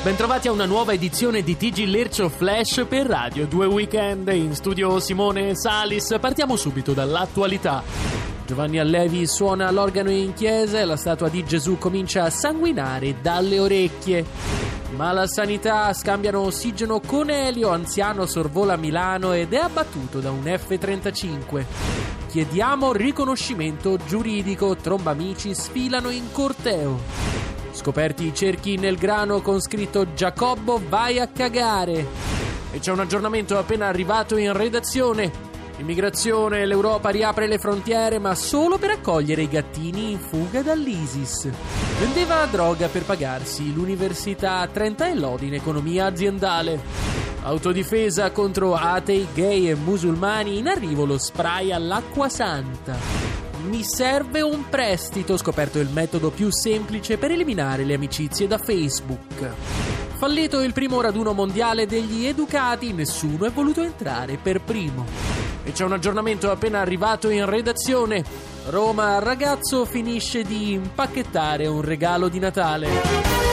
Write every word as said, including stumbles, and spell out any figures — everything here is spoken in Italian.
Bentrovati a una nuova edizione di T G Lercio Flash per Radio due Weekend. In studio Simone Salis. Partiamo subito dall'attualità. Giovanni Allevi suona l'organo in chiesa e la statua di Gesù comincia a sanguinare dalle orecchie. Mala sanità, scambiano ossigeno con elio, anziano sorvola Milano ed è abbattuto da un F trentacinque. Chiediamo riconoscimento giuridico, trombamici sfilano in corteo. Scoperti i cerchi nel grano con scritto Giacobbo vai a cagare. E c'è un aggiornamento appena arrivato in redazione. Immigrazione, l'Europa riapre le frontiere ma solo per accogliere i gattini in fuga dall'ISIS. Vendeva droga per pagarsi l'università a trenta e lodi in economia aziendale. Autodifesa contro atei, gay e musulmani, in arrivo lo spray all'acqua santa. Mi serve un prestito, scoperto il metodo più semplice per eliminare le amicizie da Facebook. Fallito il primo raduno mondiale degli educati, nessuno è voluto entrare per primo. E c'è un aggiornamento appena arrivato in redazione. Roma, ragazzo finisce di impacchettare un regalo di Natale.